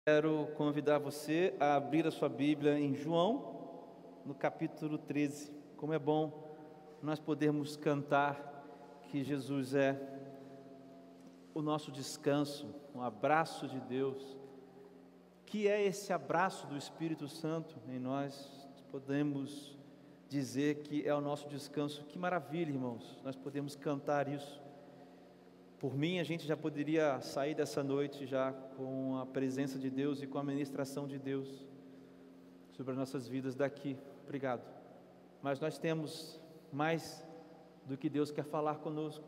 Quero convidar você a abrir a sua Bíblia em João, no capítulo 13. Como é bom nós podermos cantar que Jesus é o nosso descanso, um abraço de Deus. Que é esse abraço do Espírito Santo em nós? Podemos dizer que é o nosso descanso. Que maravilha, irmãos, nós podemos cantar isso. Por mim, a gente já poderia sair dessa noite já com a presença de Deus e com a ministração de Deus sobre as nossas vidas daqui. Obrigado. Mas nós temos mais do que Deus quer falar conosco.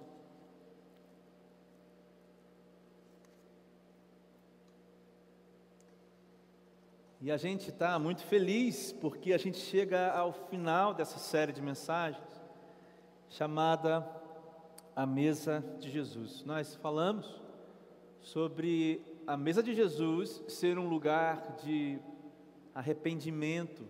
E a gente está muito feliz porque a gente chega ao final dessa série de mensagens chamada A Mesa de Jesus. Nós falamos sobre a mesa de Jesus ser um lugar de arrependimento.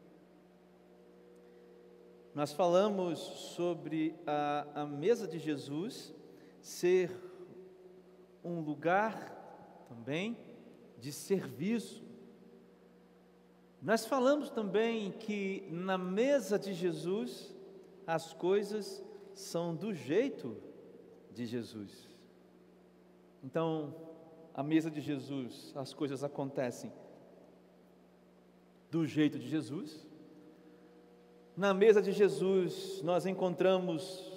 Nós falamos sobre a mesa de Jesus ser um lugar também de serviço. Nós falamos também que na mesa de Jesus as coisas são do jeito de Jesus. Então, a mesa de Jesus, as coisas acontecem do jeito de Jesus. Na mesa de Jesus, nós encontramos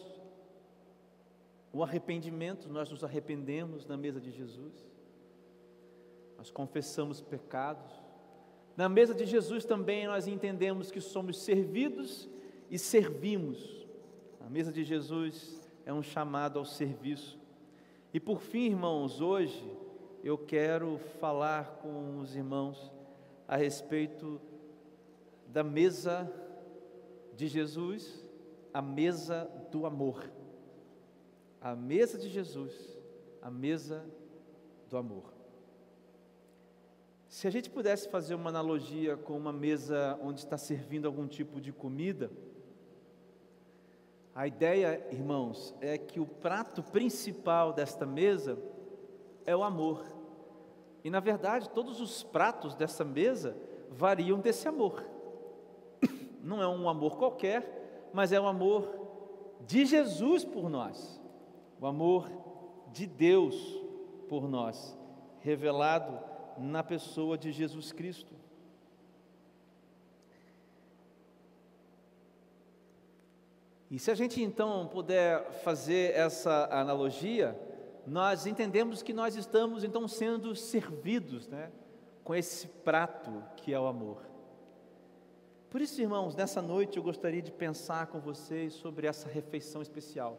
o arrependimento, nós nos arrependemos na mesa de Jesus. Nós confessamos pecados. Na mesa de Jesus também nós entendemos que somos servidos e servimos. A mesa de Jesus é um chamado ao serviço. E por fim, irmãos, hoje eu quero falar com os irmãos a respeito da mesa de Jesus, a mesa do amor. A mesa de Jesus, a mesa do amor. Se a gente pudesse fazer uma analogia com uma mesa onde está servindo algum tipo de comida, a ideia, irmãos, é que o prato principal desta mesa é o amor. E na verdade, todos os pratos dessa mesa variam desse amor. Não é um amor qualquer, mas é o amor de Jesus por nós. O amor de Deus por nós, revelado na pessoa de Jesus Cristo. E se a gente então puder fazer essa analogia, nós entendemos que nós estamos então sendo servidos, com esse prato que é o amor. Por isso, irmãos, nessa noite eu gostaria de pensar com vocês sobre essa refeição especial.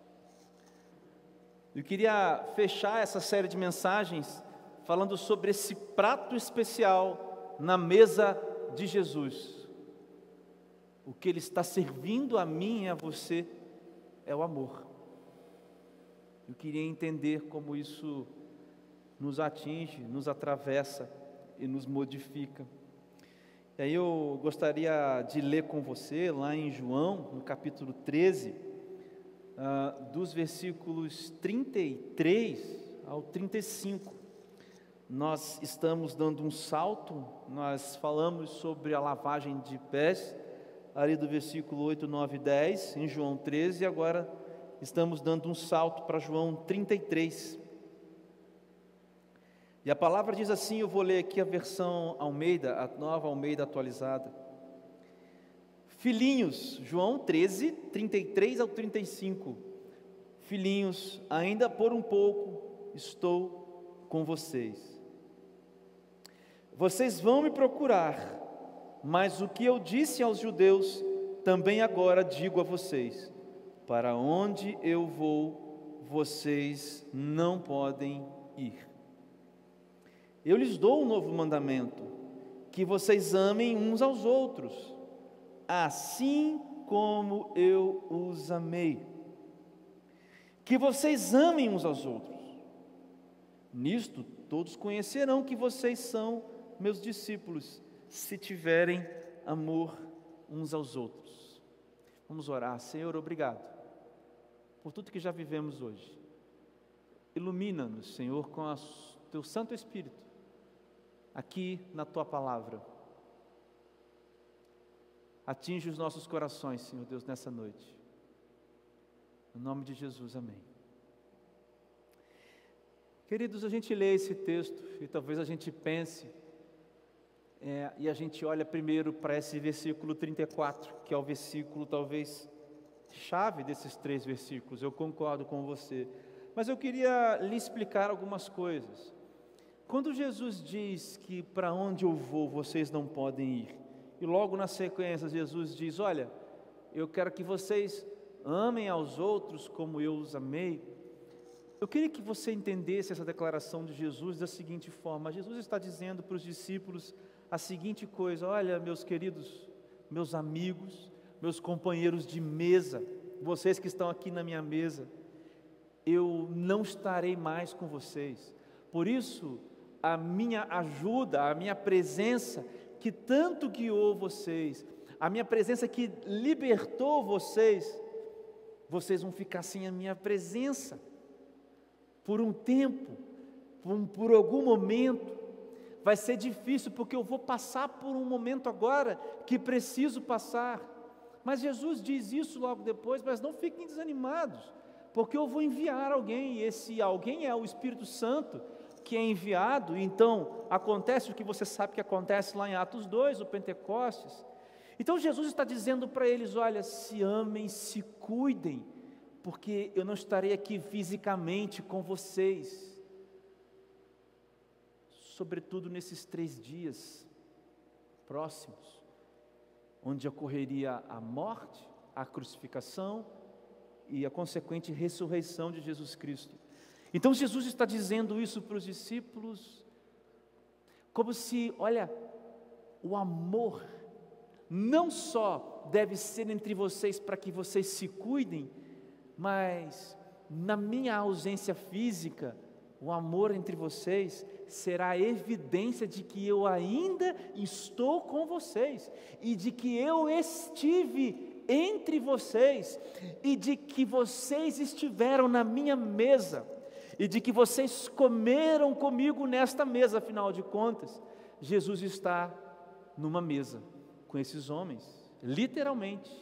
Eu queria fechar essa série de mensagens falando sobre esse prato especial na mesa de Jesus. O que Ele está servindo a mim e a você é o amor. Eu queria entender como isso nos atinge, nos atravessa e nos modifica. E aí eu gostaria de ler com você, lá em João, no capítulo 13, dos versículos 33 ao 35. Nós estamos dando um salto, nós falamos sobre a lavagem de pés, ali do versículo 8, 9 e 10, em João 13, e agora estamos dando um salto para João 33. E a palavra diz assim, eu vou ler aqui a versão Almeida, a nova Almeida atualizada. Filhinhos, João 13, 33 ao 35. Filhinhos, ainda por um pouco estou com vocês. Vocês vão me procurar, mas o que eu disse aos judeus, também agora digo a vocês: para onde eu vou, vocês não podem ir. Eu lhes dou um novo mandamento, que vocês amem uns aos outros, assim como eu os amei. Que vocês amem uns aos outros. Nisto todos conhecerão que vocês são meus discípulos, se tiverem amor uns aos outros. Vamos orar. Senhor, obrigado por tudo que já vivemos hoje. Ilumina-nos, Senhor, com o Teu Santo Espírito, aqui na Tua palavra. Atinge os nossos corações, Senhor Deus, nessa noite. Em nome de Jesus, amém. Queridos, a gente lê esse texto e talvez a gente pense, e a gente olha primeiro para esse versículo 34, que é o versículo talvez chave desses 3 versículos. Eu concordo com você, mas eu queria lhe explicar algumas coisas. Quando Jesus diz que para onde eu vou vocês não podem ir, e logo na sequência Jesus diz: olha, eu quero que vocês amem aos outros como eu os amei. Eu queria que você entendesse essa declaração de Jesus da seguinte forma: Jesus está dizendo para os discípulos a seguinte coisa: olha, meus queridos, meus amigos, meus companheiros de mesa, vocês que estão aqui na minha mesa, eu não estarei mais com vocês. Por isso, a minha ajuda, a minha presença que tanto guiou vocês, a minha presença que libertou vocês, vocês vão ficar sem a minha presença por um tempo, por algum momento. Vai ser difícil, porque eu vou passar por um momento agora que preciso passar. Mas Jesus diz isso logo depois: mas não fiquem desanimados, porque eu vou enviar alguém, e esse alguém é o Espírito Santo que é enviado. Então acontece o que você sabe que acontece lá em Atos 2, o Pentecostes. Então Jesus está dizendo para eles: olha, se amem, se cuidem, porque eu não estarei aqui fisicamente com vocês, sobretudo nesses 3 dias próximos, onde ocorreria a morte, a crucificação e a consequente ressurreição de Jesus Cristo. Então Jesus está dizendo isso para os discípulos, como se, olha, o amor não só deve ser entre vocês para que vocês se cuidem, mas na minha ausência física, o amor entre vocês será a evidência de que eu ainda estou com vocês, e de que eu estive entre vocês, e de que vocês estiveram na minha mesa, e de que vocês comeram comigo nesta mesa. Afinal de contas, Jesus está numa mesa com esses homens, literalmente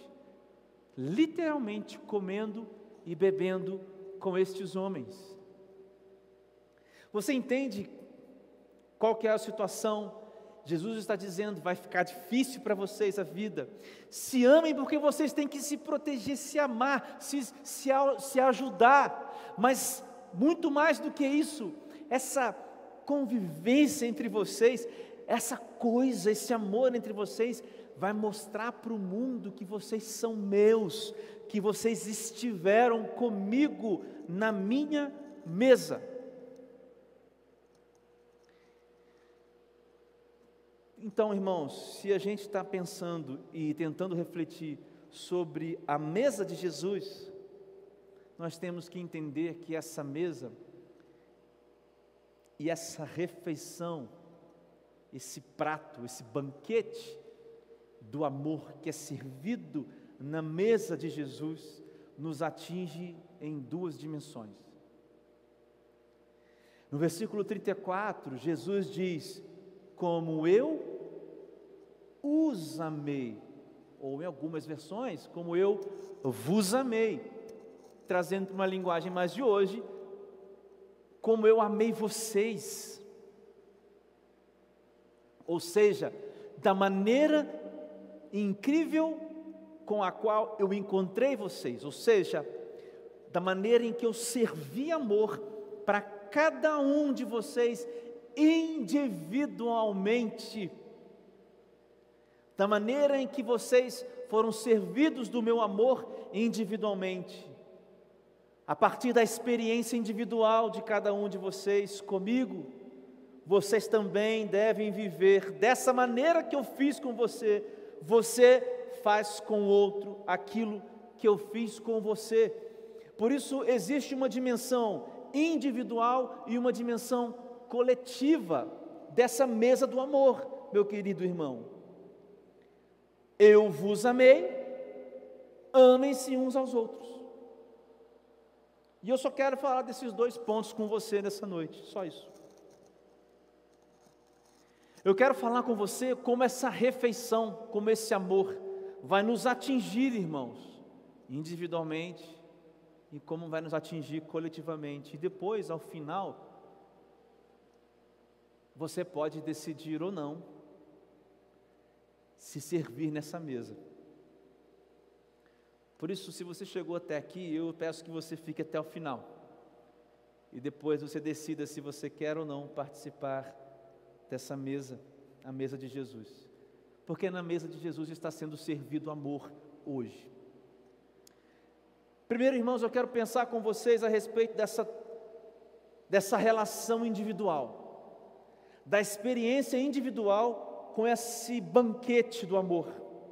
comendo e bebendo com estes homens. Você entende qual que é a situação? Jesus está dizendo: vai ficar difícil para vocês a vida. Se amem, porque vocês têm que se proteger, se amar, se ajudar. Mas muito mais do que isso, essa convivência entre vocês, essa coisa, esse amor entre vocês, vai mostrar para o mundo que vocês são meus, que vocês estiveram comigo na minha mesa. Então, irmãos, se a gente está pensando e tentando refletir sobre a mesa de Jesus, nós temos que entender que essa mesa e essa refeição, esse prato, esse banquete do amor que é servido na mesa de Jesus, nos atinge em 2 dimensões. No versículo 34, Jesus diz: como eu os amei, ou em algumas versões, como eu vos amei, trazendo para uma linguagem mais de hoje, como eu amei vocês. Ou seja, da maneira incrível com a qual eu encontrei vocês, ou seja, da maneira em que eu servi amor para cada um de vocês individualmente, da maneira em que vocês foram servidos do meu amor individualmente, a partir da experiência individual de cada um de vocês comigo, vocês também devem viver dessa maneira que eu fiz com você. Você faz com o outro aquilo que eu fiz com você. Por isso existe uma dimensão individual e uma dimensão coletiva dessa mesa do amor, meu querido irmão. Eu vos amei, amem-se uns aos outros. E eu só quero falar desses 2 pontos com você nessa noite, só isso. Eu quero falar com você como essa refeição, como esse amor vai nos atingir, irmãos, individualmente, e como vai nos atingir coletivamente. E depois, ao final, você pode decidir ou não se servir nessa mesa. Por isso, se você chegou até aqui, eu peço que você fique até o final. E depois você decida se você quer ou não participar dessa mesa, a mesa de Jesus. Porque na mesa de Jesus está sendo servido amor hoje. Primeiro, irmãos, eu quero pensar com vocês a respeito dessa relação individual, da experiência individual com esse banquete do amor.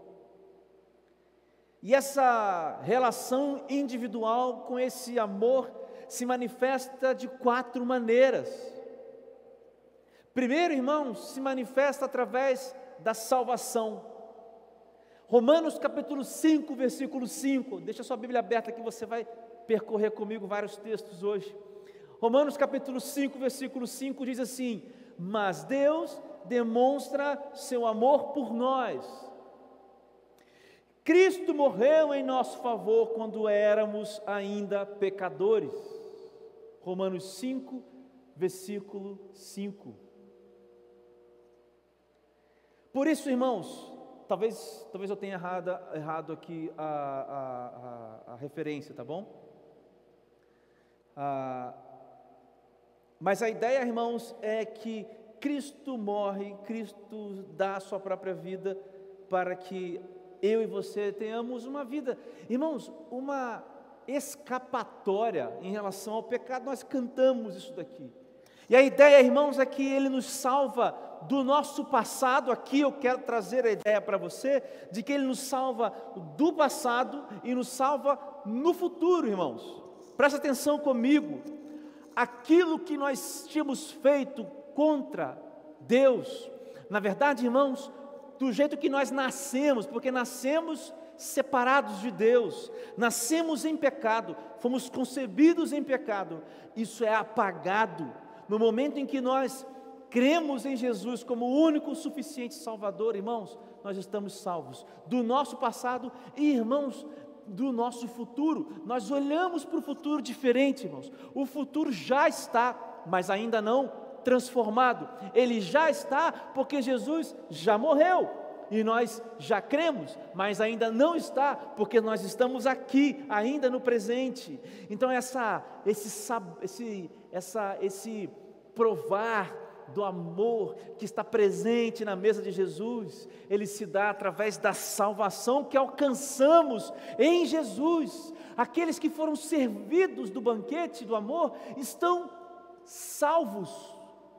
E essa relação individual com esse amor se manifesta de 4 maneiras. Primeiro, irmãos, se manifesta através da salvação. Romanos capítulo 5, versículo 5, deixa sua Bíblia aberta que você vai percorrer comigo vários textos hoje. Romanos capítulo 5, versículo 5 diz assim: mas Deus demonstra seu amor por nós. Cristo morreu em nosso favor quando éramos ainda pecadores. Romanos 5, versículo 5. Por isso, irmãos, talvez eu tenha errado aqui a referência, tá bom? Mas a ideia, irmãos, é que Cristo morre, Cristo dá a sua própria vida para que eu e você tenhamos uma vida, irmãos, uma escapatória em relação ao pecado. Nós cantamos isso daqui. E a ideia, irmãos, é que Ele nos salva do nosso passado. Aqui eu quero trazer a ideia para você, de que Ele nos salva do passado e nos salva no futuro, irmãos. Presta atenção comigo. Aquilo que nós tínhamos feito contra Deus, na verdade, irmãos, do jeito que nós nascemos, porque nascemos separados de Deus, nascemos em pecado, fomos concebidos em pecado, isso é apagado no momento em que nós cremos em Jesus como o único suficiente Salvador. Irmãos, nós estamos salvos do nosso passado e, irmãos, do nosso futuro. Nós olhamos para o futuro diferente, irmãos. O futuro já está, mas ainda não transformado. Ele já está porque Jesus já morreu e nós já cremos, mas ainda não está porque nós estamos aqui ainda no presente. Então esse provar do amor que está presente na mesa de Jesus, ele se dá através da salvação que alcançamos em Jesus. Aqueles que foram servidos do banquete do amor estão salvos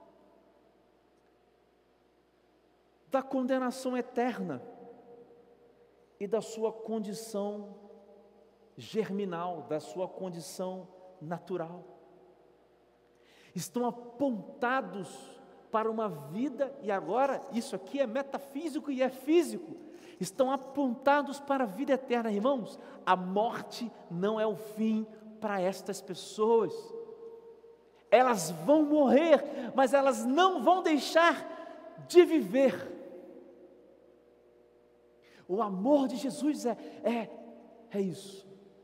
da condenação eterna e da sua condição germinal, da sua condição natural. Estão apontados para uma vida, e agora isso aqui é metafísico e é físico, estão apontados para a vida eterna. Irmãos, a morte não é o fim para estas pessoas. Elas vão morrer, mas elas não vão deixar de viver. O amor de Jesus é isso.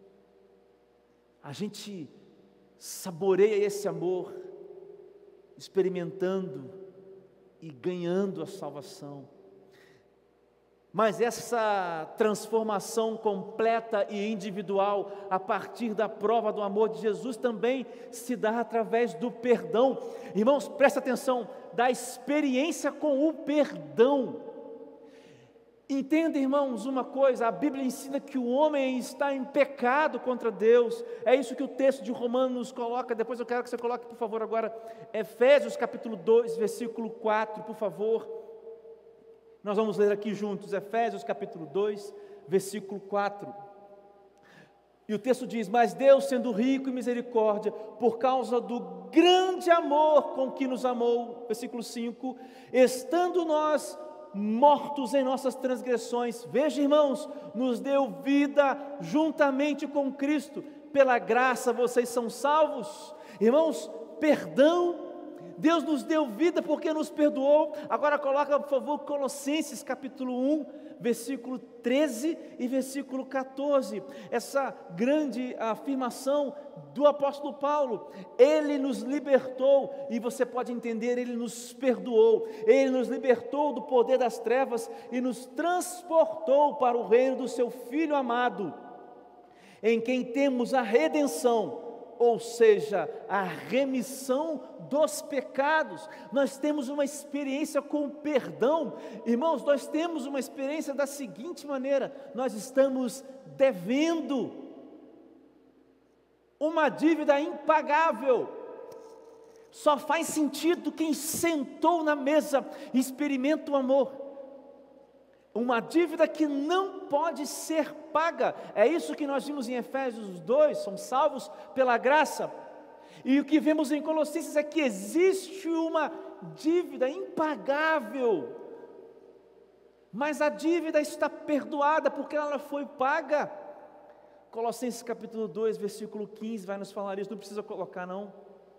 A gente saboreia esse amor, experimentando e ganhando a salvação. Mas essa transformação completa e individual, a partir da prova do amor de Jesus, também se dá através do perdão. Irmãos, presta atenção, da experiência com o perdão. Entenda, irmãos, uma coisa, a Bíblia ensina que o homem está em pecado contra Deus. É isso que o texto de Romanos nos coloca. Depois eu quero que você coloque, por favor, agora Efésios capítulo 2, versículo 4, por favor. Nós vamos ler aqui juntos, Efésios capítulo 2, versículo 4. E o texto diz: mas Deus, sendo rico em misericórdia, por causa do grande amor com que nos amou, versículo 5, estando nós mortos em nossas transgressões, veja, irmãos, nos deu vida juntamente com Cristo, pela graça vocês são salvos. Irmãos, perdão Deus nos deu vida porque nos perdoou. Agora coloca, por favor, Colossenses capítulo 1, versículo 13 e versículo 14. Essa grande afirmação do apóstolo Paulo. Ele nos libertou, e você pode entender, Ele nos perdoou. Ele nos libertou do poder das trevas e nos transportou para o reino do seu Filho amado, em quem temos a redenção, ou seja, a remissão dos pecados. Nós temos uma experiência com perdão. Irmãos, nós temos uma experiência da seguinte maneira: nós estamos devendo uma dívida impagável. Só faz sentido quem sentou na mesa e experimenta o amor. Uma dívida que não pode ser paga. É isso que nós vimos em Efésios 2, somos salvos pela graça. E o que vemos em Colossenses é que existe uma dívida impagável, mas a dívida está perdoada porque ela foi paga. Colossenses capítulo 2, versículo 15 vai nos falar isso, não precisa colocar não.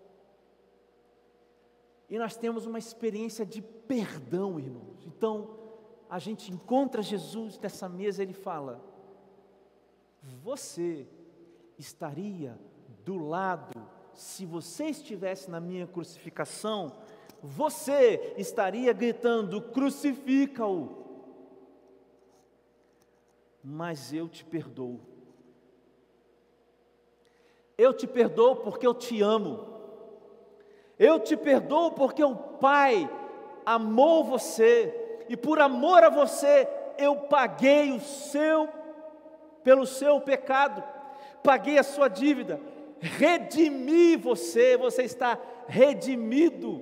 E nós temos uma experiência de perdão, irmãos. Então, a gente encontra Jesus nessa mesa, Ele fala: você estaria do lado, se você estivesse na minha crucificação, você estaria gritando: crucifica-o. Mas eu te perdoo. Eu te perdoo porque eu te amo. Eu te perdoo porque o Pai amou você. E por amor a você, eu paguei pelo seu pecado, paguei a sua dívida, redimi você, você está redimido.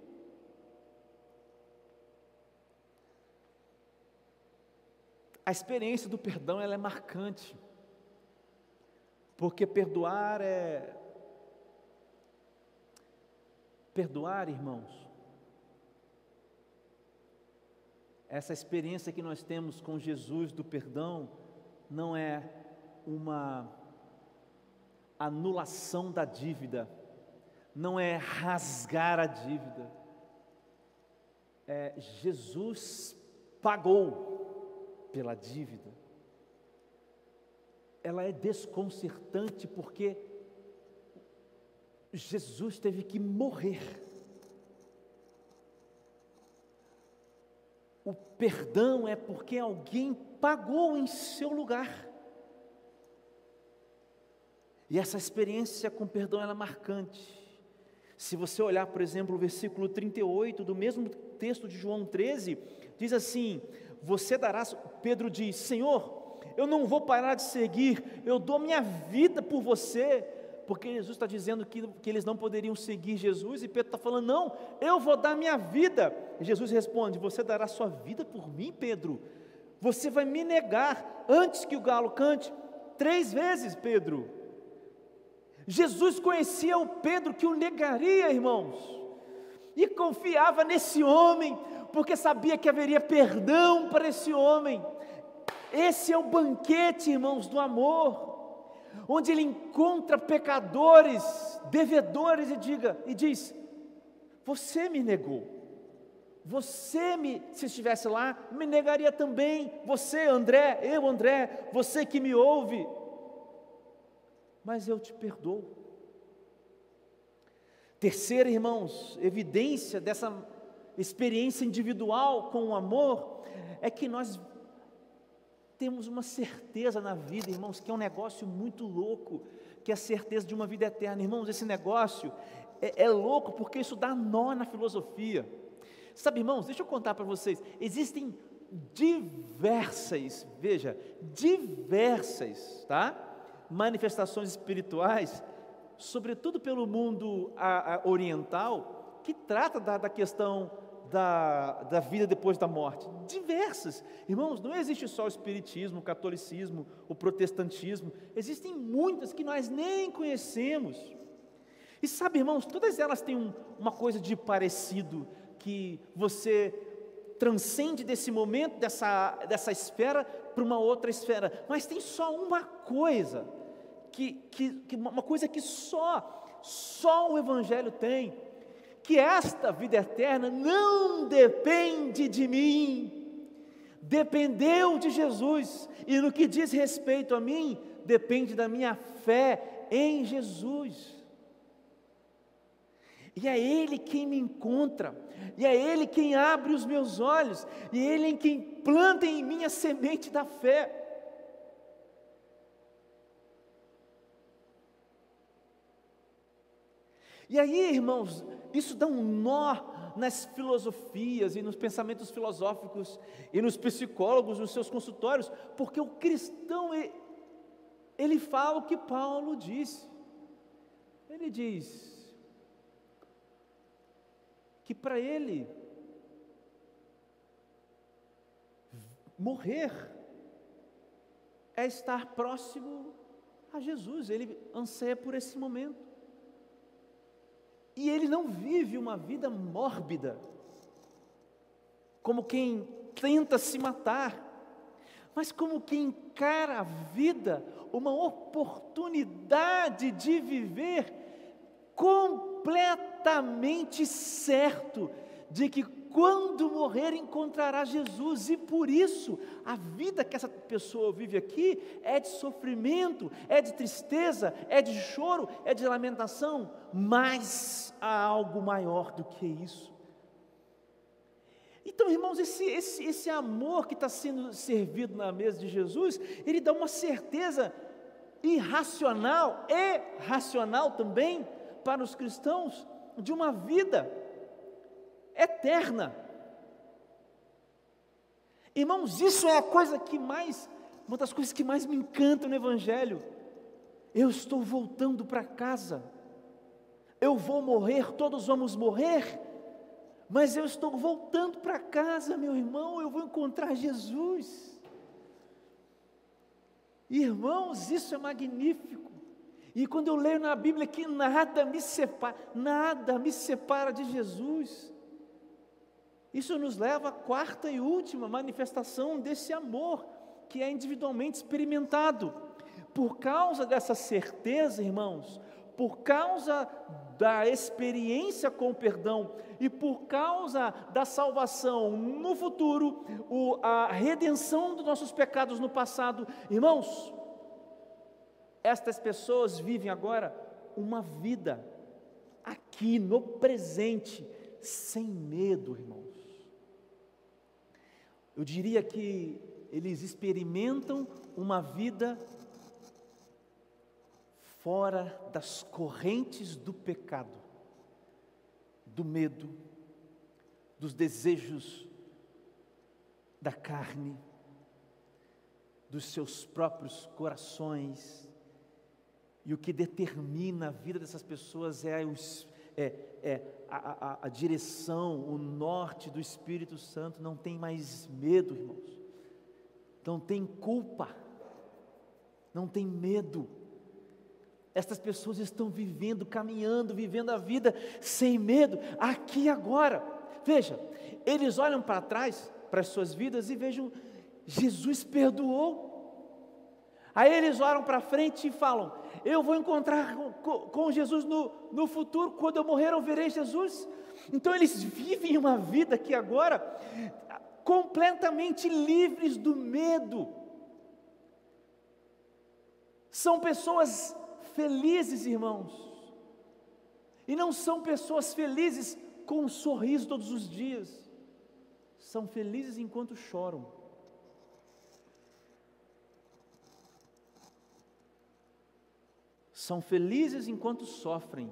A experiência do perdão, ela é marcante, porque perdoar, irmãos, essa experiência que nós temos com Jesus do perdão não é uma anulação da dívida, não é rasgar a dívida, Jesus pagou pela dívida. Ela é desconcertante porque Jesus teve que morrer. O perdão é porque alguém pagou em seu lugar. E essa experiência com perdão, ela é marcante. Se você olhar, por exemplo, o versículo 38 do mesmo texto de João 13, diz assim: você dará, Pedro diz: Senhor, eu não vou parar de seguir, eu dou minha vida por você, porque Jesus está dizendo que eles não poderiam seguir Jesus, e Pedro está falando: não, eu vou dar minha vida. E Jesus responde: você dará sua vida por mim, Pedro? Você vai me negar antes que o galo cante 3 vezes, Pedro. Jesus conhecia o Pedro que o negaria, irmãos, e confiava nesse homem, porque sabia que haveria perdão para esse homem. Esse é o banquete, irmãos, do amor, onde ele encontra pecadores, devedores, e diz: você me negou, se estivesse lá, me negaria também, você, André, você que me ouve, mas eu te perdoo. Terceira, irmãos, evidência dessa experiência individual com o amor, é que nós temos uma certeza na vida, irmãos, que é um negócio muito louco, que é a certeza de uma vida eterna. Irmãos, esse negócio é louco, porque isso dá nó na filosofia. Sabe, irmãos, deixa eu contar para vocês, existem diversas, manifestações espirituais, sobretudo pelo mundo oriental, que trata da questão da vida depois da morte. Diversas. Irmãos, não existe só o espiritismo, o catolicismo, o protestantismo, existem muitas que nós nem conhecemos. E sabe, irmãos, todas elas têm uma coisa de parecido, que você transcende desse momento, dessa esfera, para uma outra esfera, mas tem só uma coisa, uma coisa que só o Evangelho tem, que esta vida eterna não depende de mim, dependeu de Jesus, e no que diz respeito a mim, depende da minha fé em Jesus. E é Ele quem me encontra, e é Ele quem abre os meus olhos, e é Ele quem planta em mim a semente da fé. E aí, irmãos, isso dá um nó nas filosofias e nos pensamentos filosóficos e nos psicólogos, nos seus consultórios, porque o cristão, ele fala o que Paulo disse. Ele diz que para ele morrer é estar próximo a Jesus. Ele anseia por esse momento. E ele não vive uma vida mórbida, como quem tenta se matar, mas como quem encara a vida, uma oportunidade de viver completamente certo de que quando morrer encontrará Jesus, e por isso a vida que essa pessoa vive aqui é de sofrimento, é de tristeza, é de choro, é de lamentação, mas há algo maior do que isso. Então, irmãos, esse amor que está sendo servido na mesa de Jesus, ele dá uma certeza irracional e racional também para os cristãos de uma vida eterna. Irmãos, isso é a coisa que mais, uma das coisas que mais me encanta no Evangelho. Eu estou voltando para casa, eu vou morrer, todos vamos morrer, mas eu estou voltando para casa, meu irmão, eu vou encontrar Jesus. Irmãos, isso é magnífico. E quando eu leio na Bíblia que nada me separa de Jesus, isso nos leva à quarta e última manifestação desse amor, que é individualmente experimentado. Por causa dessa certeza, irmãos, por causa da experiência com o perdão e por causa da salvação no futuro, a redenção dos nossos pecados no passado, irmãos, estas pessoas vivem agora uma vida aqui no presente, sem medo, irmãos. Eu diria que eles experimentam uma vida fora das correntes do pecado, do medo, dos desejos da carne, dos seus próprios corações. E o que determina a vida dessas pessoas é a direção, o norte do Espírito Santo. Não tem mais medo, irmãos, não tem culpa, não tem medo. Estas pessoas estão vivendo, caminhando, vivendo a vida sem medo, aqui e agora. Veja, eles olham para trás, para as suas vidas e vejam, Jesus perdoou. Aí eles olham para frente e falam, eu vou encontrar com Jesus no futuro, quando eu morrer eu verei Jesus. Então eles vivem uma vida aqui agora, completamente livres do medo. São pessoas felizes, irmãos, e não são pessoas felizes com um sorriso todos os dias, são felizes enquanto choram. São felizes enquanto sofrem,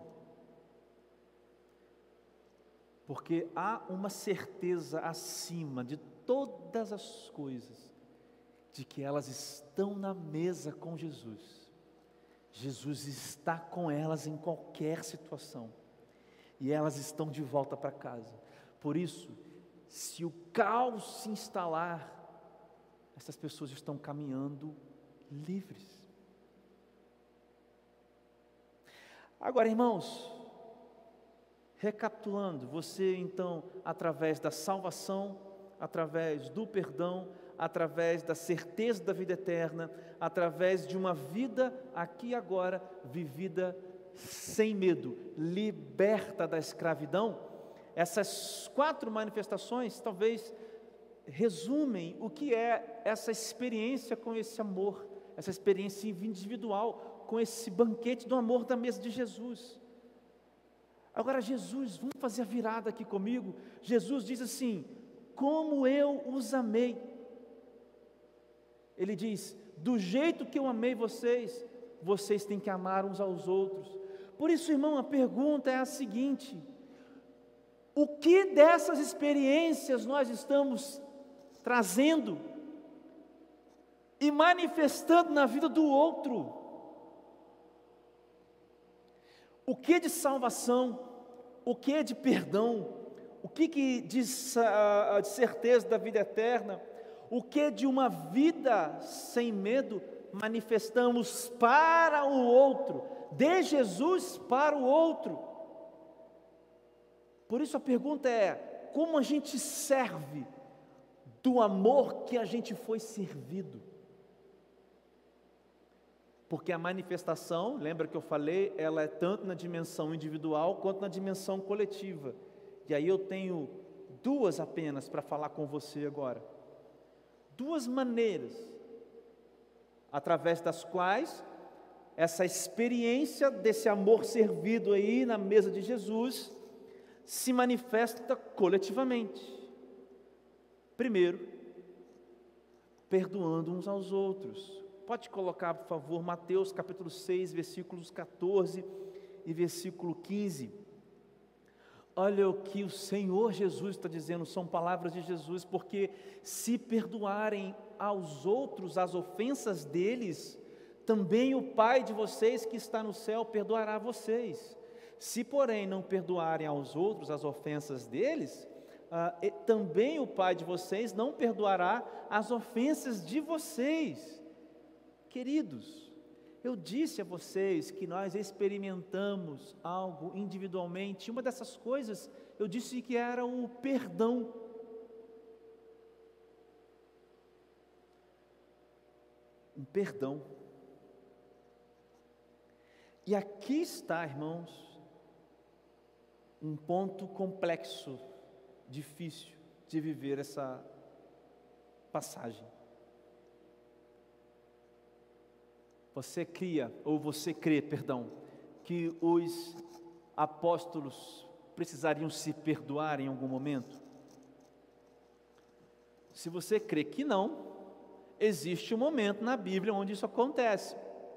porque há uma certeza acima de todas as coisas, de que elas estão na mesa com Jesus. Jesus está com elas em qualquer situação, e elas estão de volta para casa. Por isso, se o caos se instalar, essas pessoas estão caminhando livres. Agora, irmãos, recapitulando, você então, através da salvação, através do perdão, através da certeza da vida eterna, através de uma vida aqui e agora, vivida sem medo, liberta da escravidão, essas 4 manifestações talvez resumem o que é essa experiência com esse amor, essa experiência individual com esse banquete do amor da mesa de Jesus. Agora Jesus, vamos fazer a virada aqui comigo. Jesus diz assim: como eu os amei. Ele diz: do jeito que eu amei vocês, vocês têm que amar uns aos outros. Por isso, irmão, a pergunta é a seguinte: o que dessas experiências nós estamos trazendo e manifestando na vida do outro? O que de salvação, o que de perdão, o que de certeza da vida eterna, o que de uma vida sem medo manifestamos para o outro, de Jesus para o outro? Por isso a pergunta é: como a gente serve do amor que a gente foi servido? Porque a manifestação, lembra que eu falei, ela é tanto na dimensão individual quanto na dimensão coletiva. E aí eu tenho 2 apenas para falar com você agora. 2 maneiras através das quais essa experiência desse amor servido aí na mesa de Jesus se manifesta coletivamente. Primeiro, perdoando uns aos outros. Pode colocar, por favor, Mateus capítulo 6, versículos 14 e versículo 15. Olha o que o Senhor Jesus está dizendo, são palavras de Jesus: porque se perdoarem aos outros as ofensas deles, também o Pai de vocês que está no céu perdoará vocês. Se, porém, não perdoarem aos outros as ofensas deles, também o Pai de vocês não perdoará as ofensas de vocês. Queridos, eu disse a vocês que nós experimentamos algo individualmente. Uma dessas coisas, eu disse que era o perdão. Um perdão. E aqui está, irmãos, um ponto complexo, difícil de viver essa passagem. Você crê, que os apóstolos precisariam se perdoar em algum momento? Se você crê que não, existe um momento na Bíblia onde isso acontece.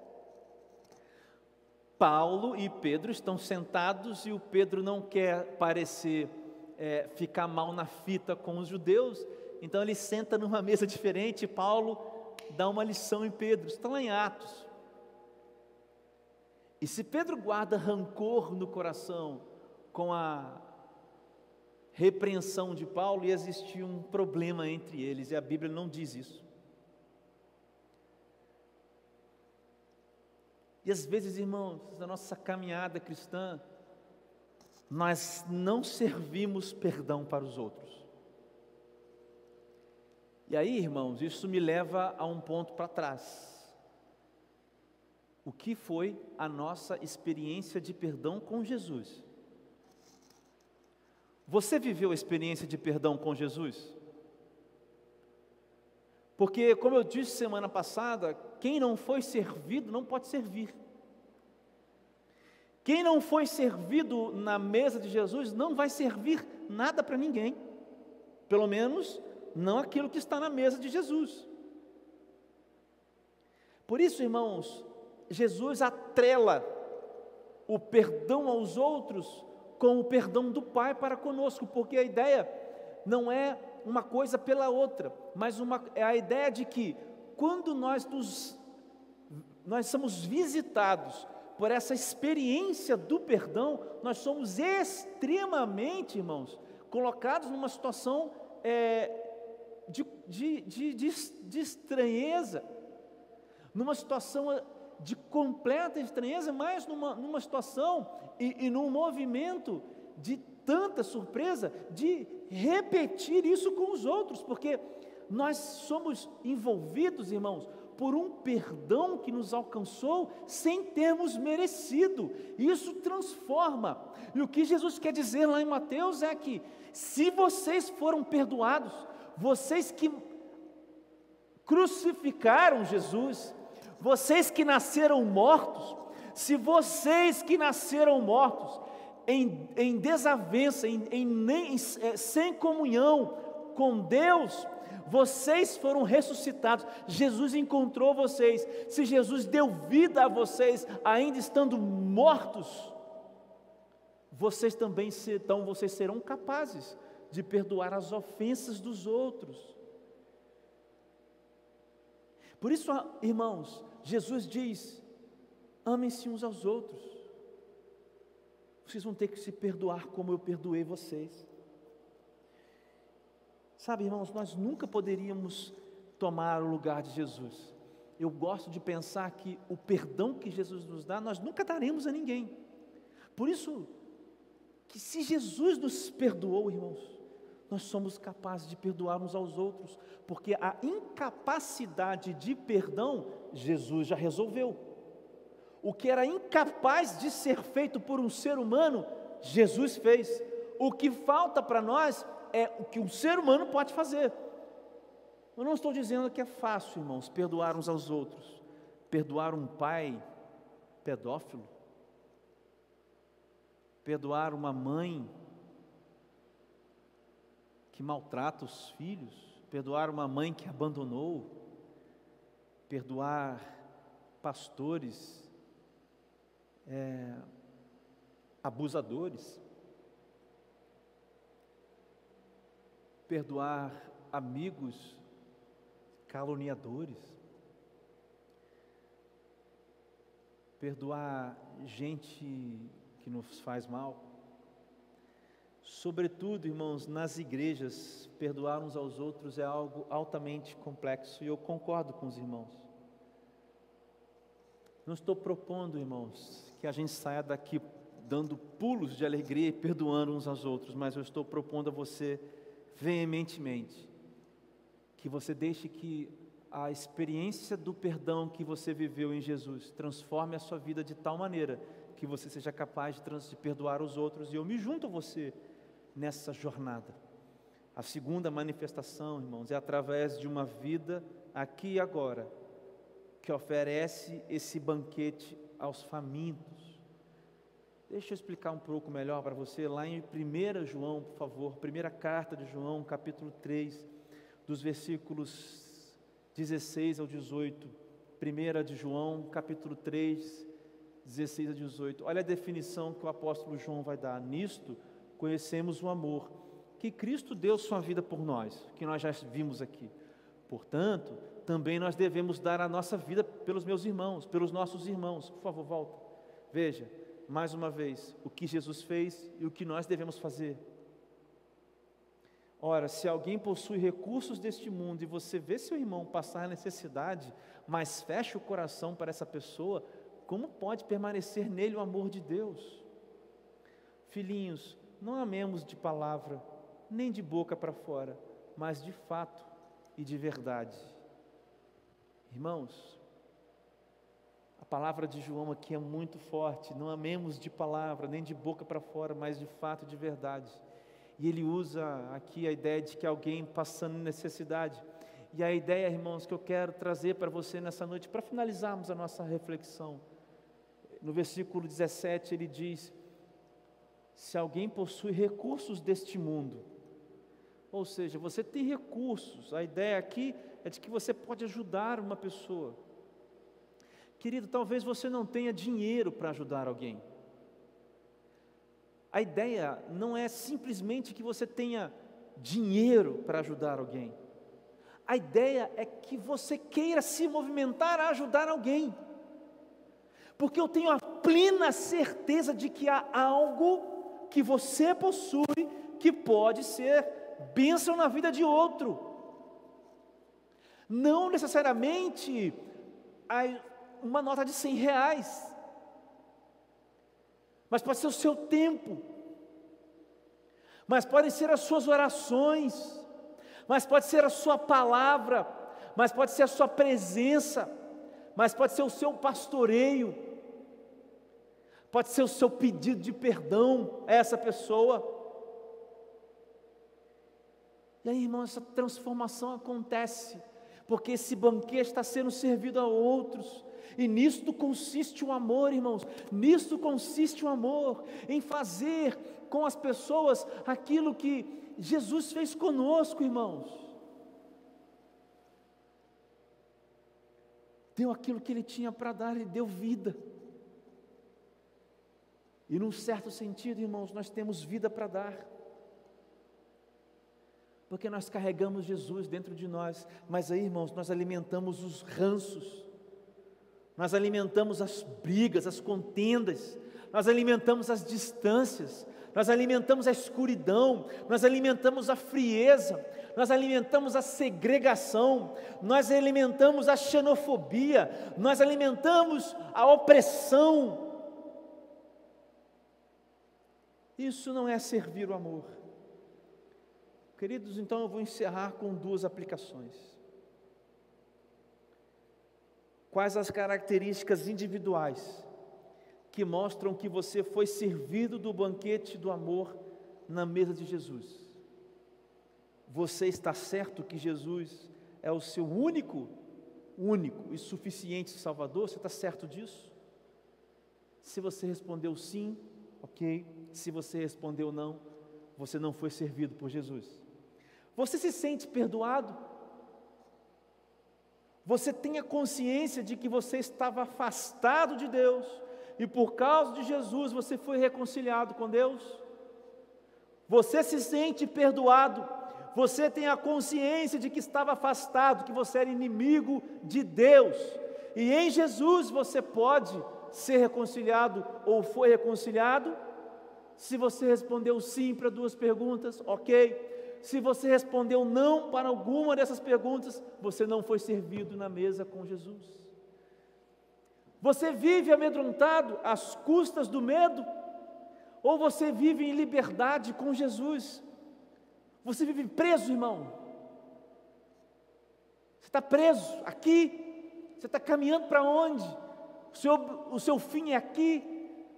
Paulo e Pedro estão sentados e o Pedro não quer parecer ficar mal na fita com os judeus, então ele senta numa mesa diferente e Paulo dá uma lição em Pedro. Está lá em Atos. E se Pedro guarda rancor no coração com a repreensão de Paulo, ia existir um problema entre eles, e a Bíblia não diz isso. E às vezes, irmãos, na nossa caminhada cristã, nós não servimos perdão para os outros. E aí, irmãos, isso me leva a um ponto para trás. O que foi a nossa experiência de perdão com Jesus? Você viveu a experiência de perdão com Jesus? Porque, como eu disse semana passada, quem não foi servido não pode servir. Quem não foi servido na mesa de Jesus não vai servir nada para ninguém. Pelo menos, não aquilo que está na mesa de Jesus. Por isso, irmãos, Jesus atrela o perdão aos outros com o perdão do Pai para conosco, porque a ideia não é uma coisa pela outra, mas é a ideia de que quando nós somos visitados por essa experiência do perdão, nós somos extremamente, irmãos, colocados numa situação de estranheza, numa situação de completa estranheza, mas numa situação e num movimento de tanta surpresa, de repetir isso com os outros, porque nós somos envolvidos, irmãos, por um perdão que nos alcançou sem termos merecido. Isso transforma. E o que Jesus quer dizer lá em Mateus é que, se vocês foram perdoados, vocês que crucificaram Jesus, vocês que nasceram mortos, se vocês que nasceram mortos, em desavença, sem comunhão com Deus, vocês foram ressuscitados, Jesus encontrou vocês. Se Jesus deu vida a vocês, ainda estando mortos, vocês também vocês serão capazes de perdoar as ofensas dos outros. Por isso, irmãos, Jesus diz: amem-se uns aos outros. Vocês vão ter que se perdoar como eu perdoei vocês. Sabe, irmãos, nós nunca poderíamos tomar o lugar de Jesus. Eu gosto de pensar que o perdão que Jesus nos dá, nós nunca daremos a ninguém. Por isso, que se Jesus nos perdoou, irmãos, nós somos capazes de perdoar uns aos outros, porque a incapacidade de perdão, Jesus já resolveu. O que era incapaz de ser feito por um ser humano, Jesus fez. O que falta para nós é o que um ser humano pode fazer. Eu não estou dizendo que é fácil, irmãos, perdoar uns aos outros. Perdoar um pai pedófilo, perdoar uma mãe que maltrata os filhos, perdoar uma mãe que abandonou, perdoar pastores abusadores, perdoar amigos caluniadores, perdoar gente que nos faz mal. Sobretudo, irmãos, nas igrejas, perdoar uns aos outros é algo altamente complexo, e eu concordo com os irmãos. Não estou propondo, irmãos, que a gente saia daqui dando pulos de alegria e perdoando uns aos outros, mas eu estou propondo a você veementemente que você deixe que a experiência do perdão que você viveu em Jesus transforme a sua vida de tal maneira que você seja capaz de perdoar os outros, e eu me junto a você nessa jornada. A segunda manifestação, irmãos, é através de uma vida aqui e agora, que oferece esse banquete aos famintos. Deixa eu explicar um pouco melhor para você, lá em 1 João, por favor, primeira carta de João, capítulo 3, dos versículos 16 ao 18, 1 de João, capítulo 3, 16 a 18, olha a definição que o apóstolo João vai dar: nisto conhecemos o amor, que Cristo deu sua vida por nós, que nós já vimos aqui, portanto, também nós devemos dar a nossa vida pelos meus irmãos, pelos nossos irmãos. Por favor, volta, veja, mais uma vez, o que Jesus fez e o que nós devemos fazer. Ora, se alguém possui recursos deste mundo e você vê seu irmão passar necessidade, mas fecha o coração para essa pessoa, como pode permanecer nele o amor de Deus? Filhinhos, não amemos de palavra, nem de boca para fora, mas de fato e de verdade. Irmãos, a palavra de João aqui é muito forte. Não amemos de palavra, nem de boca para fora, mas de fato e de verdade. E ele usa aqui a ideia de que alguém passando necessidade. E a ideia, irmãos, que eu quero trazer para você nessa noite, para finalizarmos a nossa reflexão, no versículo 17 ele diz: se alguém possui recursos deste mundo, ou seja, você tem recursos, a ideia aqui é de que você pode ajudar uma pessoa. Querido, talvez você não tenha dinheiro para ajudar alguém. A ideia não é simplesmente que você tenha dinheiro para ajudar alguém. A ideia é que você queira se movimentar a ajudar alguém. Porque eu tenho a plena certeza de que há algo que você possui que pode ser bênção na vida de outro. Não necessariamente uma nota de R$100, mas pode ser o seu tempo, mas podem ser as suas orações, mas pode ser a sua palavra, mas pode ser a sua presença, mas pode ser o seu pastoreio, pode ser o seu pedido de perdão a essa pessoa. E aí, irmão, essa transformação acontece, porque esse banquete está sendo servido a outros, e nisto consiste o amor, irmãos, nisto consiste o amor, em fazer com as pessoas aquilo que Jesus fez conosco, irmãos. Deu aquilo que Ele tinha para dar, Ele deu vida. E num certo sentido, irmãos, nós temos vida para dar, porque nós carregamos Jesus dentro de nós, mas aí, irmãos, nós alimentamos os ranços, nós alimentamos as brigas, as contendas, nós alimentamos as distâncias, nós alimentamos a escuridão, nós alimentamos a frieza, nós alimentamos a segregação, nós alimentamos a xenofobia, nós alimentamos a opressão. Isso não é servir o amor. Queridos, então eu vou encerrar com duas aplicações. Quais as características individuais que mostram que você foi servido do banquete do amor na mesa de Jesus? Você está certo que Jesus é o seu único e suficiente Salvador? Você está certo disso? Se você respondeu sim, ok. Se você respondeu não, você não foi servido por Jesus. Você se sente perdoado? Você tem a consciência de que você estava afastado de Deus e por causa de Jesus você foi reconciliado com Deus? Você se sente perdoado? Você tem a consciência de que estava afastado, que você era inimigo de Deus, e em Jesus você pode ser reconciliado ou foi reconciliado? Se você respondeu sim para duas perguntas, ok. Se você respondeu não para alguma dessas perguntas, você não foi servido na mesa com Jesus. Você vive amedrontado às custas do medo? Ou você vive em liberdade com Jesus? Você vive preso, irmão? Você está preso aqui? Você está caminhando para onde? O seu fim é aqui?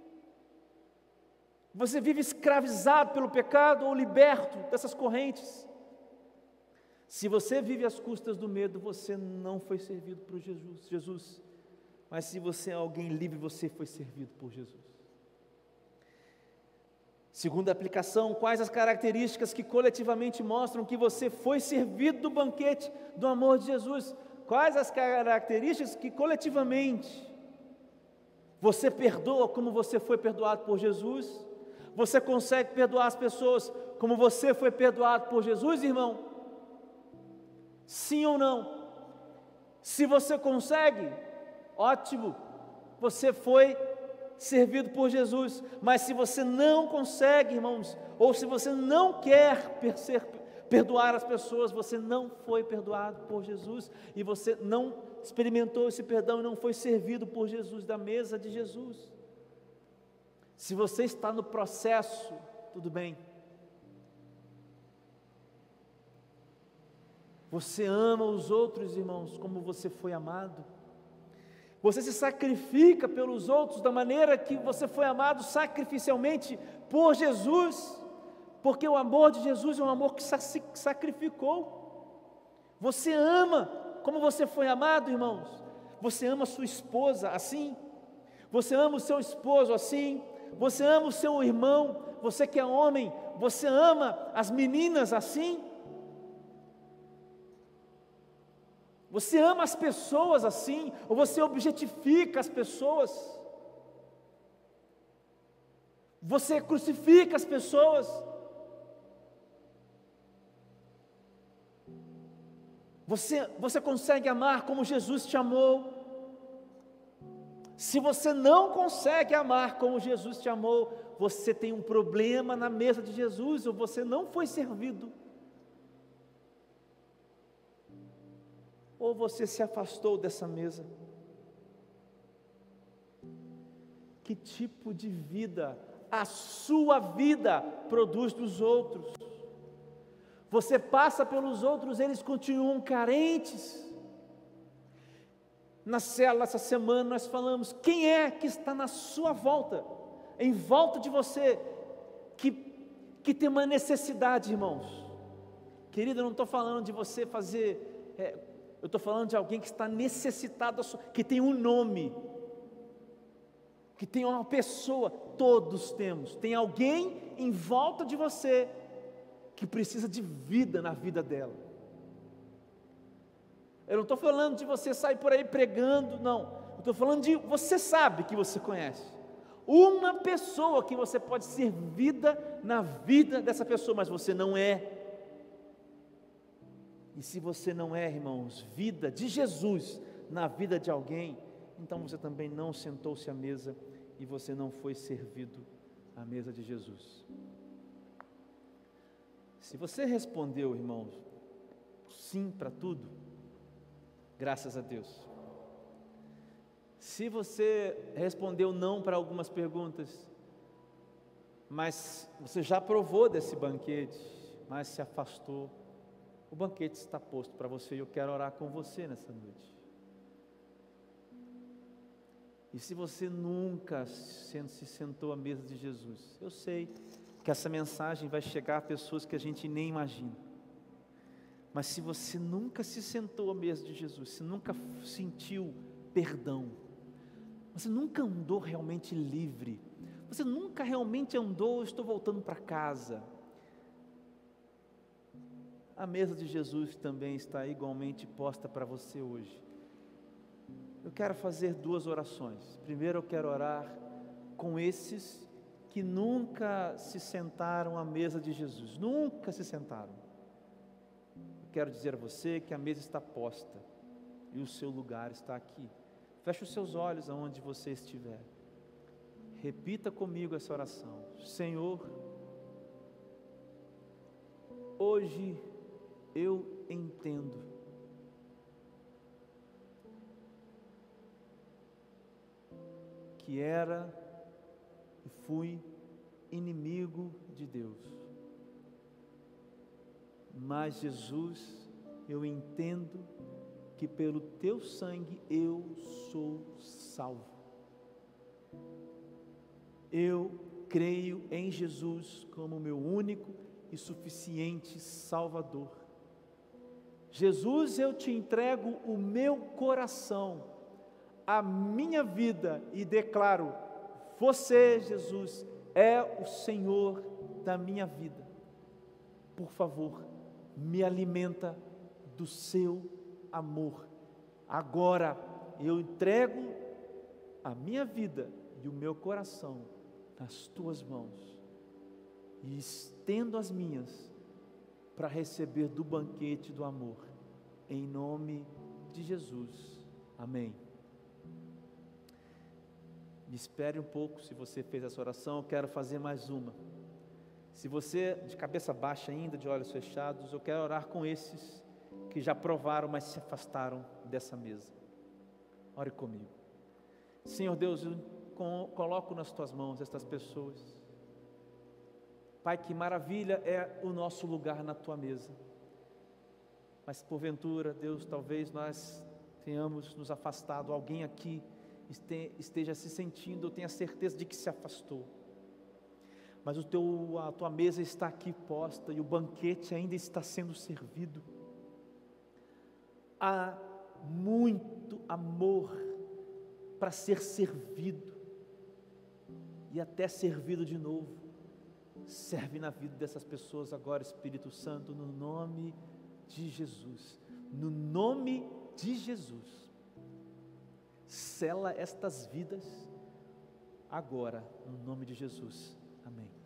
Você vive escravizado pelo pecado ou liberto dessas correntes? Se você vive às custas do medo, você não foi servido por Jesus. Mas se você é alguém livre, você foi servido por Jesus. Segunda aplicação, quais as características que coletivamente mostram que você foi servido do banquete do amor de Jesus? Quais as características que coletivamente você perdoa como você foi perdoado por Jesus? Você consegue perdoar as pessoas como você foi perdoado por Jesus, irmão? Sim ou não? Se você consegue, ótimo, você foi servido por Jesus. Mas se você não consegue, irmãos, ou se você não quer perdoar as pessoas, você não foi perdoado por Jesus, e você não experimentou esse perdão e não foi servido por Jesus, da mesa de Jesus. Se você está no processo, tudo bem. Você ama os outros, irmãos, como você foi amado. Você se sacrifica pelos outros da maneira que você foi amado sacrificialmente por Jesus, porque o amor de Jesus é um amor que se sacrificou. Você ama como você foi amado, irmãos. Você ama sua esposa assim, você ama o seu esposo assim, você ama o seu irmão, você que é homem, você ama as meninas assim? Você ama as pessoas assim? Ou você objetifica as pessoas? Você crucifica as pessoas? Você consegue amar como Jesus te amou? Se você não consegue amar como Jesus te amou, você tem um problema na mesa de Jesus, ou você não foi servido, ou você se afastou dessa mesa. Que tipo de vida a sua vida produz dos outros? Você passa pelos outros, eles continuam carentes, Na célula, essa semana, nós falamos: quem é que está na sua volta, em volta de você, que tem uma necessidade, irmãos? Querida, eu não estou falando de você fazer, eu estou falando de alguém que está necessitado, que tem um nome, que tem uma pessoa. Todos temos, tem alguém em volta de você, que precisa de vida na vida dela. Eu não estou falando de você sair por aí pregando, não. Eu estou falando de você sabe que você conhece uma pessoa que você pode ser vida na vida dessa pessoa, mas você não é. E se você não é, irmãos, vida de Jesus na vida de alguém, então você também não sentou-se à mesa e você não foi servido à mesa de Jesus. Se você respondeu, irmãos, sim para tudo, graças a Deus. Se você respondeu não para algumas perguntas, mas você já provou desse banquete, mas se afastou, o banquete está posto para você e eu quero orar com você nessa noite. E se você nunca se sentou à mesa de Jesus, eu sei que essa mensagem vai chegar a pessoas que a gente nem imagina. Mas se você nunca se sentou à mesa de Jesus, se nunca sentiu perdão, você nunca andou realmente livre, você nunca realmente andou, estou voltando para casa, a mesa de Jesus também está igualmente posta para você hoje. Eu quero fazer duas orações. Primeiro eu quero orar com esses que nunca se sentaram à mesa de Jesus, nunca se sentaram. Eu quero dizer a você que a mesa está posta e o seu lugar está aqui. Feche os seus olhos aonde você estiver. Repita comigo essa oração. Senhor, hoje eu entendo que era e fui inimigo de Deus, mas Jesus, eu entendo que pelo teu sangue eu sou salvo. Eu creio em Jesus como meu único e suficiente Salvador. Jesus, eu te entrego o meu coração, a minha vida e declaro: você, Jesus, é o Senhor da minha vida. Por favor, me alimenta do seu amor. Agora eu entrego a minha vida e o meu coração nas tuas mãos e estendo as minhas para receber do banquete do amor, em nome de Jesus, amém. Me espere um pouco, se você fez essa oração, eu quero fazer mais uma. Se você, de cabeça baixa ainda, de olhos fechados, eu quero orar com esses que já provaram, mas se afastaram dessa mesa. Ore comigo. Senhor Deus, eu coloco nas tuas mãos estas pessoas. Pai, que maravilha é o nosso lugar na tua mesa. Mas porventura, Deus, talvez nós tenhamos nos afastado, alguém aqui esteja se sentindo, eu tenho a certeza de que se afastou. Mas a tua mesa está aqui posta e o banquete ainda está sendo servido. Há muito amor para ser servido e até servido de novo. Serve na vida dessas pessoas agora, Espírito Santo, no nome de Jesus. No nome de Jesus. Sela estas vidas agora, no nome de Jesus. Amém.